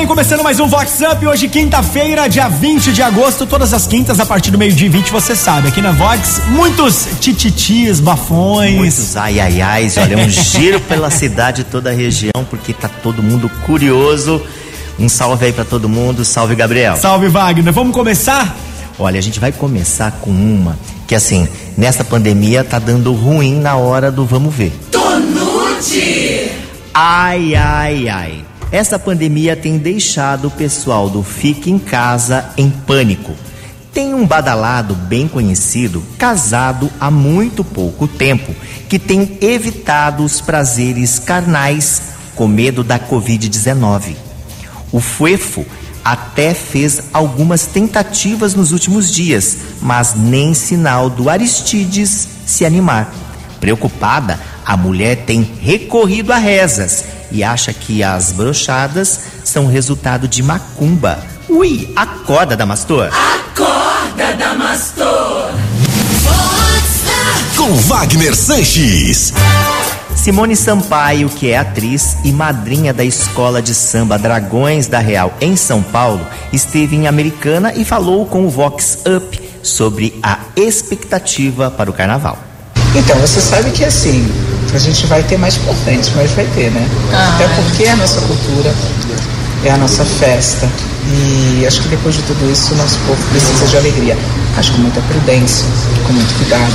bem? Começando mais um Vox Up, hoje quinta-feira, dia 20 de agosto, todas as quintas, a partir do meio-dia 20, você sabe, aqui na Vox, muitos tititis, bafões. Muitos ai-ai-ais, olha, um giro pela cidade, toda a região, porque tá todo mundo curioso. Um salve aí pra todo mundo, salve Gabriel. Salve Wagner, vamos começar? Olha, a gente vai começar com uma que assim, nessa pandemia tá dando ruim na hora do vamos ver. Tonute! Ai, ai, ai. Essa pandemia tem deixado o pessoal do Fique em Casa em pânico. Tem um badalado bem conhecido, casado há muito pouco tempo, que tem evitado os prazeres carnais com medo da Covid-19. O Fuefo até fez algumas tentativas nos últimos dias, mas nem sinal do Aristides se animar. Preocupada, a mulher tem recorrido a rezas e acha que as brochadas são resultado de macumba. Ui, acorda, Damastor! Acorda, Damastor! Com Wagner Sanches. Simone Sampaio, que é atriz e madrinha da escola de samba Dragões da Real em São Paulo, esteve em Americana e falou com o Vox Up sobre a expectativa para o carnaval. Então, você sabe que assim, a gente vai ter mais pra frente, mas vai ter, né? Até porque é a nossa cultura, é a nossa festa. E acho que depois de tudo isso, o nosso povo precisa de alegria. Mas com muita prudência, com muito cuidado.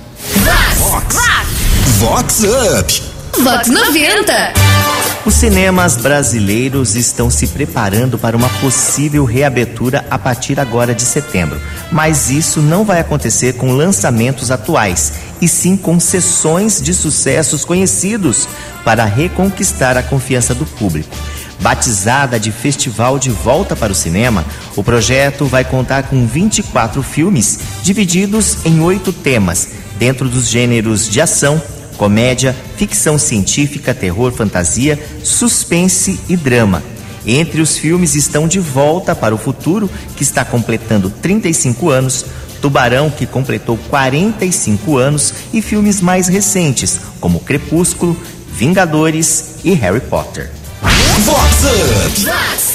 Vox Up. Vox 90! Os cinemas brasileiros estão se preparando para uma possível reabertura a partir agora de setembro. Mas isso não vai acontecer com lançamentos atuais, e sim com sessões de sucessos conhecidos para reconquistar a confiança do público. Batizada de Festival de Volta para o Cinema, o projeto vai contar com 24 filmes divididos em 8 temas, dentro dos gêneros de ação, comédia, ficção científica, terror, fantasia, suspense e drama. Entre os filmes estão De Volta para o Futuro, que está completando 35 anos, Tubarão, que completou 45 anos, e filmes mais recentes, como Crepúsculo, Vingadores e Harry Potter. Vox Up.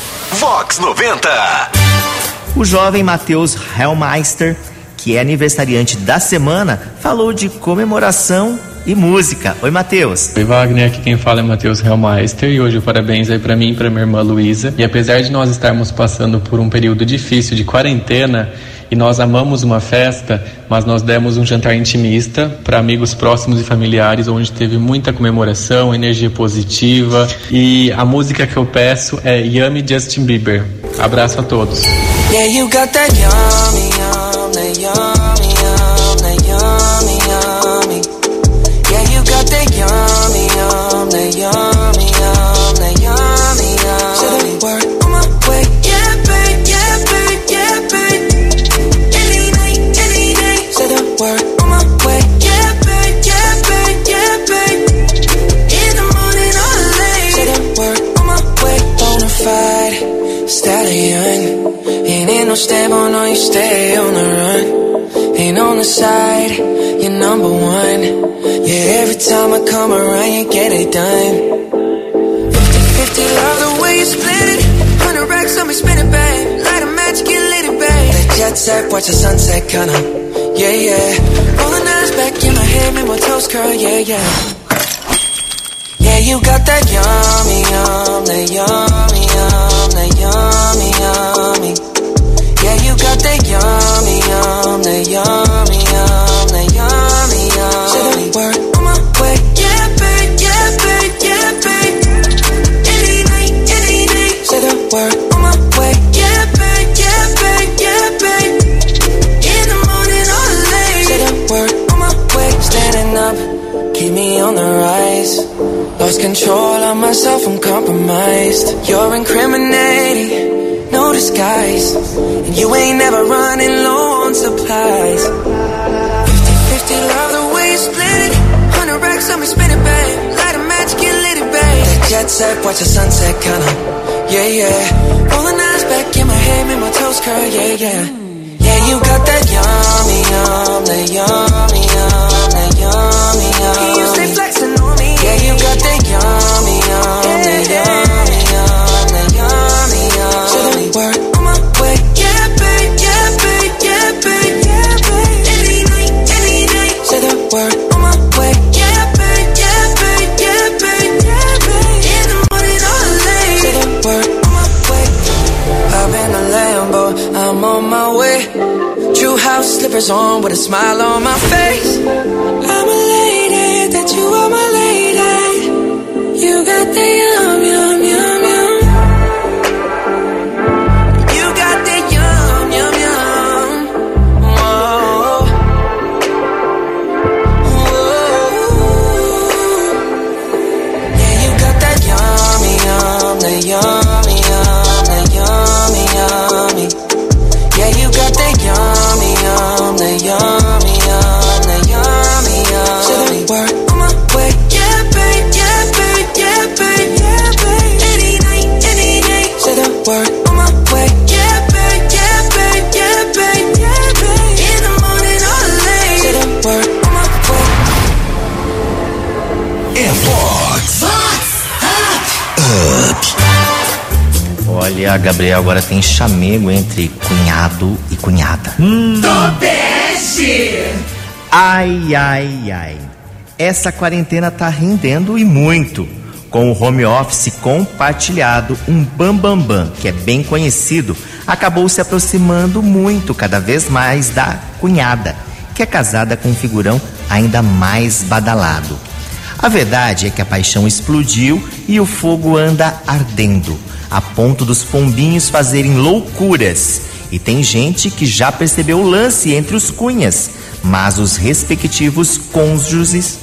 Vox 90. O jovem Matheus Hellmeister, que é aniversariante da semana, falou de comemoração e música. Oi, Matheus. Oi, Wagner, aqui quem fala é Matheus Hellmeister e hoje o parabéns aí pra mim e pra minha irmã Luísa. E apesar de nós estarmos passando por um período difícil de quarentena e nós amamos uma festa, mas nós demos um jantar intimista para amigos próximos e familiares, onde teve muita comemoração, energia positiva, e a música que eu peço é Yummy Justin Bieber. Abraço a todos. Yeah, you got that yummy, yum, that yummy, yum, that yummy, yummy. Yeah, you got that yummy, yum, that yummy, yum, that yummy, yum. Say the word on my way. Yeah, babe, yeah, babe, yeah, babe. Any night, any day. Say the word on my way. Yeah, babe, yeah, babe, yeah, babe. In the morning or late. Say the word on my way. Bonafide stallion. Ain't in no stable, no, you stay on the run. Ain't on the side, you're number one. Yeah, every time I come around, you get it done. 50-50, love the way you split it. 100 racks on me, spin it, babe. Light a match, get lit, it, babe. That jet set, watch the sunset, kinda. Yeah, yeah. Rolling eyes back in my head, make my toes curl, yeah, yeah. Yeah, you got that yummy, yum, that yummy, yum, that yummy, yummy. Yeah, you got that yummy, yum, that yummy, yum, that yummy, yum. Say the word on my way. Yeah, babe, yeah, babe, yeah, babe. Any night, any day. Say the word on my way. Yeah, babe, yeah, babe, yeah, babe. In the morning or late. Say the word on my way. Standing up, keep me on the rise. Lost control of myself, I'm compromised. You're incriminating. No disguise, and you ain't never running low on supplies. 50-50, love the way you split it. 100 racks on me, spin it, babe. Light a match, get lit, it, babe. That jet set, watch the sunset, kinda. Yeah, yeah. Rolling eyes back in my head, make my toes curl, yeah, yeah. Yeah, you got that yummy, yum, that yummy, yum, that yummy, yum. Can you stay flexing on me? Yeah, you got that yummy, yum, that yummy, yum, that yummy, yum. slippers on with a smile on my face. I'm a lady, that you are my lady. You got the yum, yum, yum, yum. You got the yum, yum, yum. Whoa. Whoa. Yeah, you got that yummy, yum, that yummy, yum, that yummy, yummy. Yeah, you got that yummy, yum, that yummy, yum, that yummy, yum. Say the word on my way. Yeah, babe, yeah, babe, yeah, babe, yeah, babe. Any night, any day. Say the word on my way. Yeah, babe, yeah, babe, yeah, babe, yeah, babe. In the morning or late. Say the word on my way. É Vox Up. Olha, Gabriel, agora tem chamego entre cunhado e cunhada. Tobeste! Ai, ai, ai. Essa quarentena tá rendendo e muito. Com o home office compartilhado, um bambambam, que é bem conhecido, acabou se aproximando muito, cada vez mais, da cunhada, que é casada com um figurão ainda mais badalado. A verdade é que a paixão explodiu e o fogo anda ardendo, a ponto dos pombinhos fazerem loucuras. E tem gente que já percebeu o lance entre os cunhas, mas os respectivos cônjuges,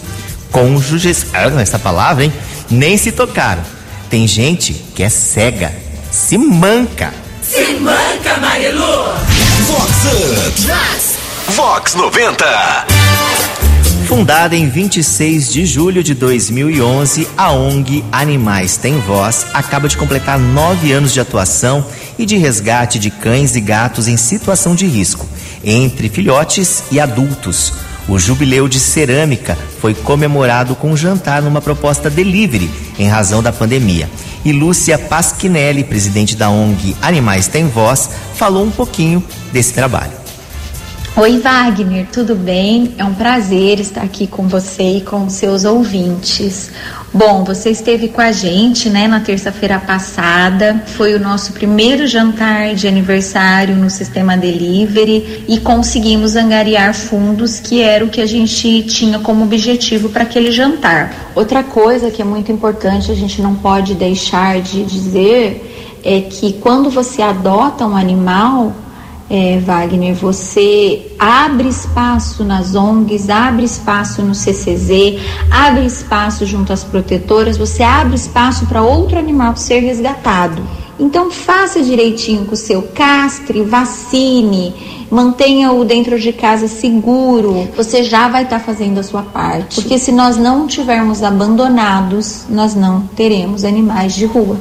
essa palavra, hein? Nem se tocaram. Tem gente que é cega, se manca. Se manca, Marilu! Vox Up. Vox 90. Fundada em 26 de julho de 2011, a ONG Animais Tem Voz acaba de completar 9 anos de atuação e de resgate de cães e gatos em situação de risco, entre filhotes e adultos. O jubileu de cerâmica foi comemorado com um jantar numa proposta delivery em razão da pandemia. E Lúcia Pasquinelli, presidente da ONG Animais Tem Voz, falou um pouquinho desse trabalho. Oi, Wagner, tudo bem? É um prazer estar aqui com você e com seus ouvintes. Bom, você esteve com a gente, né, na terça-feira passada. Foi o nosso primeiro jantar de aniversário no sistema delivery e conseguimos angariar fundos, que era o que a gente tinha como objetivo para aquele jantar. Outra coisa que é muito importante, a gente não pode deixar de dizer, é que quando você adota um animal, Wagner, você abre espaço nas ONGs, abre espaço no CCZ, abre espaço junto às protetoras, você abre espaço para outro animal ser resgatado. Então faça direitinho com o seu, castre, vacine, mantenha-o dentro de casa seguro. Você já vai estar fazendo a sua parte, porque se nós não tivermos abandonados, nós não teremos animais de rua.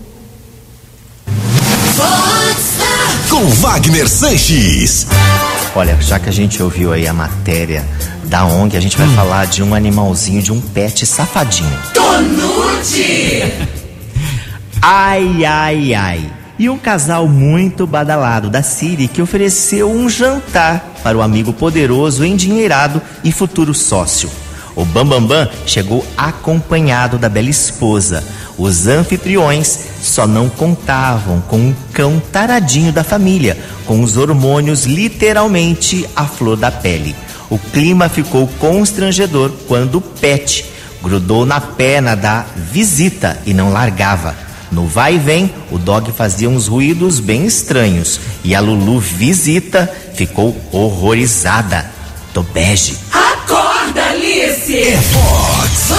Com Wagner Sanches. Olha, já que a gente ouviu aí a matéria da ONG, a gente vai falar de um animalzinho, de um pet safadinho. Tonute! Ai, ai, ai. E um casal muito badalado da Siri que ofereceu um jantar para o amigo poderoso, endinheirado e futuro sócio. O Bambambam chegou acompanhado da bela esposa. Os anfitriões só não contavam com um cão taradinho da família, com os hormônios literalmente à flor da pele. O clima ficou constrangedor quando o pet grudou na perna da visita e não largava. No vai e vem, o dog fazia uns ruídos bem estranhos e a Lulu visita ficou horrorizada. Tobege. Acorda, Alice! É Vox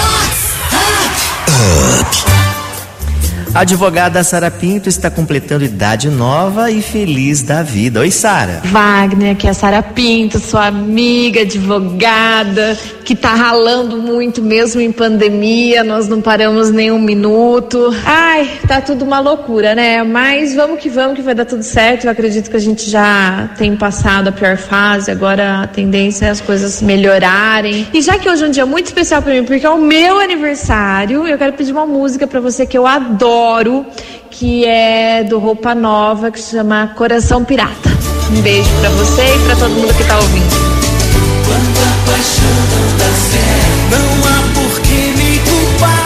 Up. A advogada Sara Pinto está completando idade nova e feliz da vida. Oi, Sara. Wagner, aqui é a Sara Pinto, sua amiga, advogada, que tá ralando muito mesmo em pandemia, nós não paramos nem um minuto. Ai, tá tudo uma loucura, né? Mas vamos que vai dar tudo certo. Eu acredito que a gente já tem passado a pior fase, agora a tendência é as coisas melhorarem. E já que hoje é um dia muito especial pra mim, porque é o meu aniversário, eu quero pedir uma música pra você que eu adoro, que é do Roupa Nova, que se chama Coração Pirata. Um beijo pra você e pra todo mundo que tá ouvindo. Quando a paixão não dá certo, não há por que me culpar.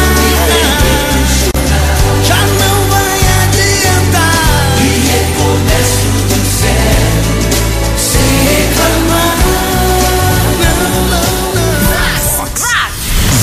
Já não vai adiantar. E recomeço do zero, sem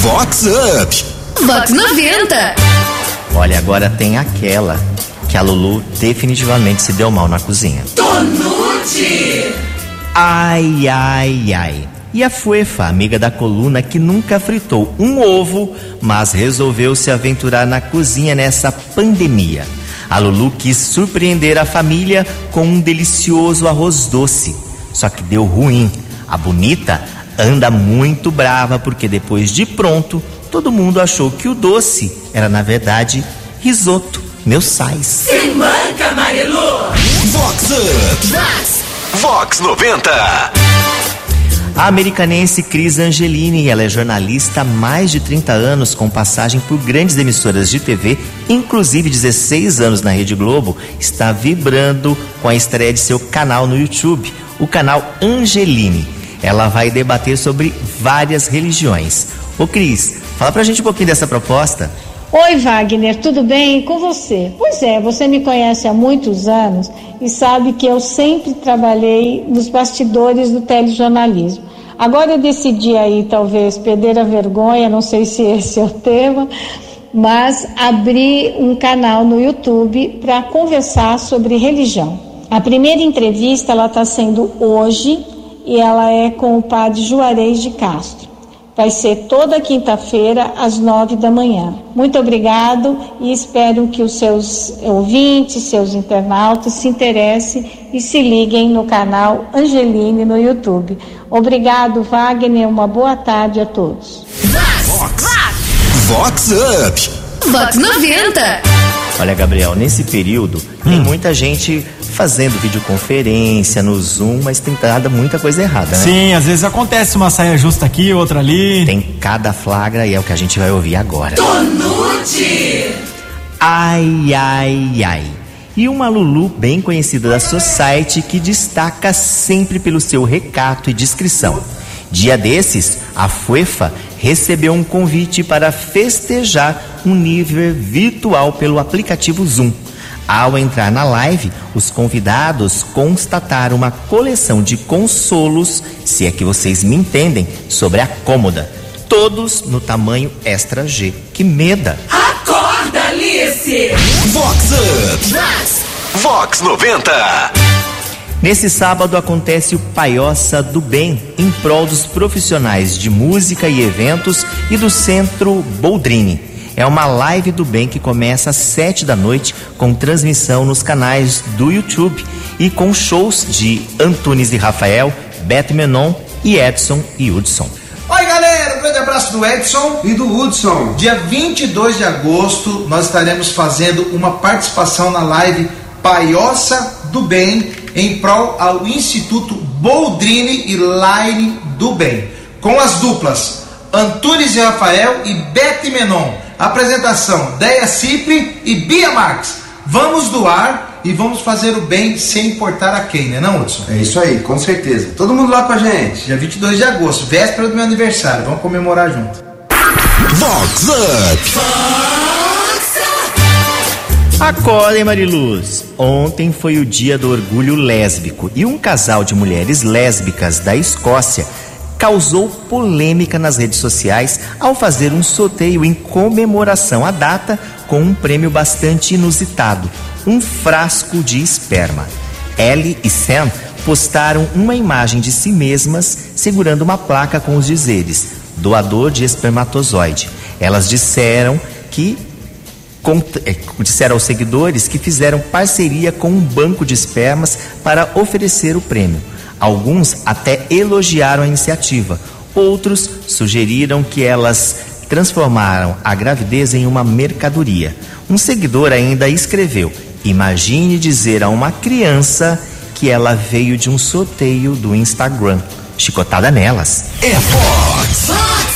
Vox Up. Vox 90. Olha, agora tem aquela que a Lulu definitivamente se deu mal na cozinha. Tonute. Ai, ai, ai. E a Fuefa, amiga da coluna, que nunca fritou um ovo, mas resolveu se aventurar na cozinha nessa pandemia. A Lulu quis surpreender a família com um delicioso arroz doce. Só que deu ruim. A bonita anda muito brava porque depois de pronto, todo mundo achou que o doce era, na verdade, risoto. Meus sais. Se manca, Marilu. Vox Up. Vox 90. A americanense Cris Angelini, ela é jornalista há mais de 30 anos, com passagem por grandes emissoras de TV, inclusive 16 anos na Rede Globo, está vibrando com a estreia de seu canal no YouTube, o canal Angelini. Ela vai debater sobre várias religiões. Ô Cris, fala pra gente um pouquinho dessa proposta. Oi Wagner, tudo bem? E com você? Pois é, você me conhece há muitos anos e sabe que eu sempre trabalhei nos bastidores do telejornalismo. Agora eu decidi aí talvez perder a vergonha, não sei se esse é o tema, mas abri um canal no YouTube para conversar sobre religião. A primeira entrevista ela está sendo hoje e ela é com o padre Juarez de Castro. Vai ser toda quinta-feira, às 9 da manhã. Muito obrigado e espero que os seus ouvintes, seus internautas se interessem e se liguem no canal Angelini no YouTube. Obrigado, Wagner. Uma boa tarde a todos. Vox Up. Vox 90. Olha, Gabriel, nesse período tem muita gente fazendo videoconferência no Zoom, mas tem dado muita coisa errada, né? Sim, às vezes acontece uma saia justa aqui, outra ali. Tem cada flagra e é o que a gente vai ouvir agora. Tonute. Ai, ai, ai. E uma Lulu bem conhecida da Society que destaca sempre pelo seu recato e discrição. Dia desses, a Fuefa recebeu um convite para festejar um nível virtual pelo aplicativo Zoom. Ao entrar na live, os convidados constataram uma coleção de consolos, se é que vocês me entendem, sobre a cômoda. Todos no tamanho Extra G. Que meda! Acorda, Alice. Vox Up. Vox 90. Nesse sábado acontece o Paioça do Bem, em prol dos profissionais de música e eventos e do Centro Boldrini. É uma live do bem que começa às 7 da noite, com transmissão nos canais do YouTube e com shows de Antunes e Rafael, Beto Menon e Edson e Hudson. Oi galera, um grande abraço do Edson e do Hudson. Dia 22 de agosto nós estaremos fazendo uma participação na live Paioça do Bem em prol ao Instituto Boldrini e Line do Bem, com as duplas Antunes e Rafael e Beto Menon. Apresentação Deia Cipri e Bia Marques. Vamos doar e vamos fazer o bem sem importar a quem, né não, Hudson? É isso aí, com certeza. Todo mundo lá com a gente. Dia 22 de agosto, véspera do meu aniversário. Vamos comemorar junto. Vox Up. Acordem, Mariluz. Ontem foi o dia do orgulho lésbico e um casal de mulheres lésbicas da Escócia causou polêmica nas redes sociais ao fazer um sorteio em comemoração à data com um prêmio bastante inusitado, um frasco de esperma. Ellie e Sam postaram uma imagem de si mesmas segurando uma placa com os dizeres doador de espermatozoide. Elas disseram aos seguidores que fizeram parceria com um banco de espermas para oferecer o prêmio. Alguns até elogiaram a iniciativa, outros sugeriram que elas transformaram a gravidez em uma mercadoria. Um seguidor ainda escreveu: imagine dizer a uma criança que ela veio de um sorteio do Instagram. Chicotada nelas. É Vox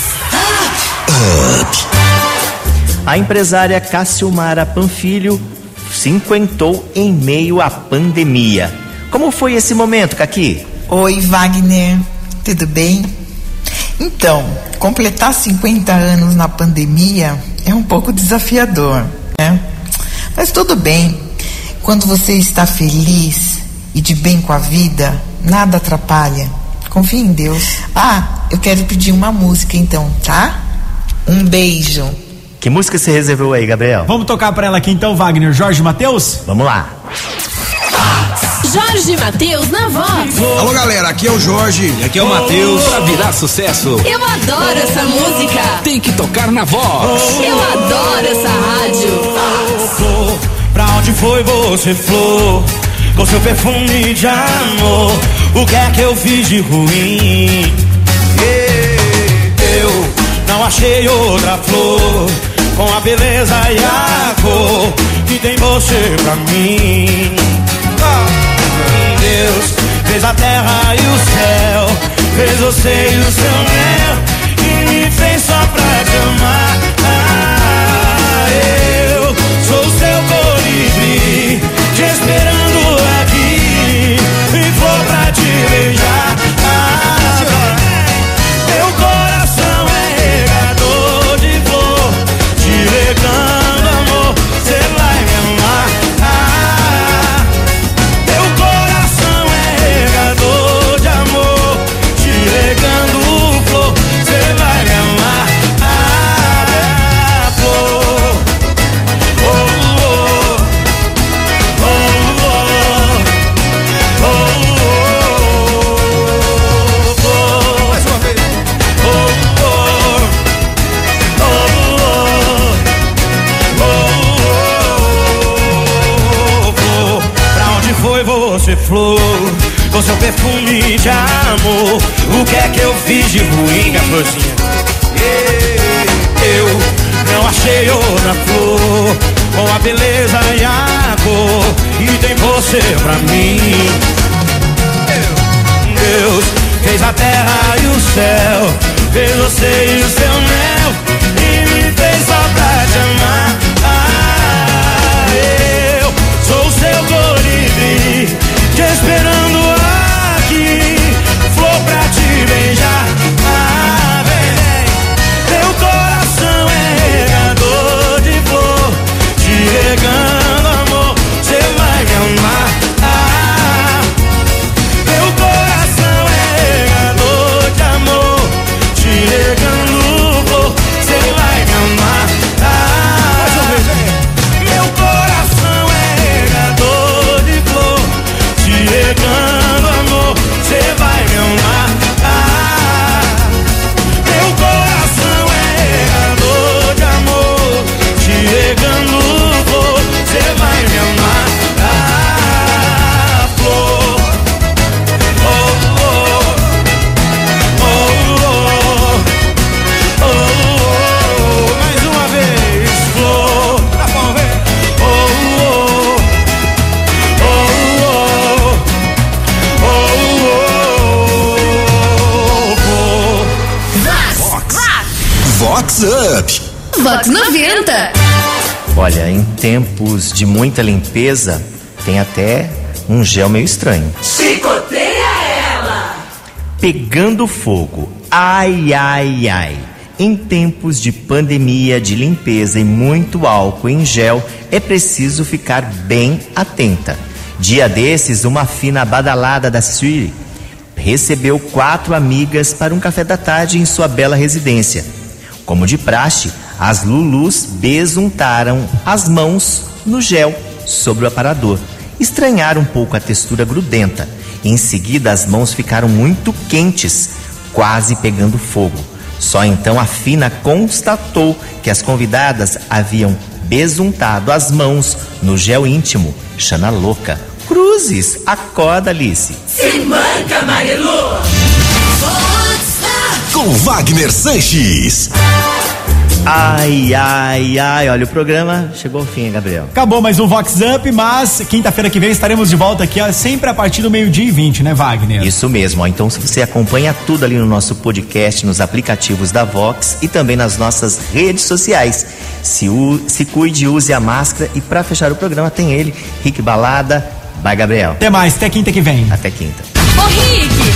Up. A empresária Cassiomara Panfilho cinquentou em meio à pandemia. Como foi esse momento, Caqui? Oi, Wagner. Tudo bem? Então, completar 50 anos na pandemia é um pouco desafiador, né? Mas tudo bem. Quando você está feliz e de bem com a vida, nada atrapalha. Confie em Deus. Eu quero pedir uma música então, tá? Um beijo. Que música você reservou aí, Gabriel? Vamos tocar pra ela aqui então, Wagner. Jorge Mateus? Vamos lá. Jorge Mateus na voz. Alô, galera, aqui é o Jorge. E aqui é o Mateus. Pra virar sucesso, Eu adoro essa música. tem que tocar na Vox. Eu adoro essa rádio. Pra onde foi você, flor? Com seu perfume de amor, o que é que eu fiz de ruim? Eu não achei outra flor com a beleza e a cor que tem você pra mim. Deus fez a terra e o céu, fez você e o seu mel, e me fez só pra te amar. Eu sou o seu colibri, te esperando aqui, e flor pra te beijar. Meu coração é regador de flor, te regando amor, cê vai me amar. Meu coração é regador de amor, te regando flor, cê vai me amar. Flor, Mais uma vez. pra onde foi você, flor? Com seu perfume de amor, o que é que eu fiz de ruim, minha florzinha? Eu não achei outra flor com a beleza e a cor, e tem você pra mim. Deus fez a terra e o céu, fez você e o seu mel, e me fez só pra te amar. Eu sou o seu colibri, te esperando aqui, flor pra te beijar. Vem, meu coração é regador de flor, te regando amor, cê vai me amar. Meu coração é regador de amor, te regando flor, cê vai me amar. Meu coração é regador de flor, te regando amor, cê vai me amar. Meu coração é regador de amor, te regando flor, cê vai me amar. Flor, mais uma vez, flor, tá bom, vem. Vox Up. Vox 90. Olha, em tempos de muita limpeza, tem até um gel meio estranho. Chicoteia ela! Pegando fogo. Ai, ai, ai. Em tempos de pandemia, de limpeza e muito álcool em gel, é preciso ficar bem atenta. Dia desses, uma fina badalada da Siri recebeu 4 amigas para um café da tarde em sua bela residência. Como de praxe, as Lulus besuntaram as mãos no gel sobre o aparador. Estranharam um pouco a textura grudenta. Em seguida, as mãos ficaram muito quentes, quase pegando fogo. Só então a Fina constatou que as convidadas haviam besuntado as mãos no gel íntimo. Xana louca. Cruzes, acorda, Alice. Se manca, Marilu! Com Wagner Sanches. Ai, ai, ai, olha, o programa chegou ao fim, Gabriel. Acabou mais um Vox Up, mas quinta-feira que vem estaremos de volta aqui, ó, sempre a partir do 12:20, né, Wagner? Isso mesmo, ó. Então se você acompanha tudo ali no nosso podcast, nos aplicativos da Vox e também nas nossas redes sociais. Se cuide, use a máscara e pra fechar o programa tem ele, Rick Balada. Vai, Gabriel. Até mais, até quinta que vem. Até quinta. Ô, Rick!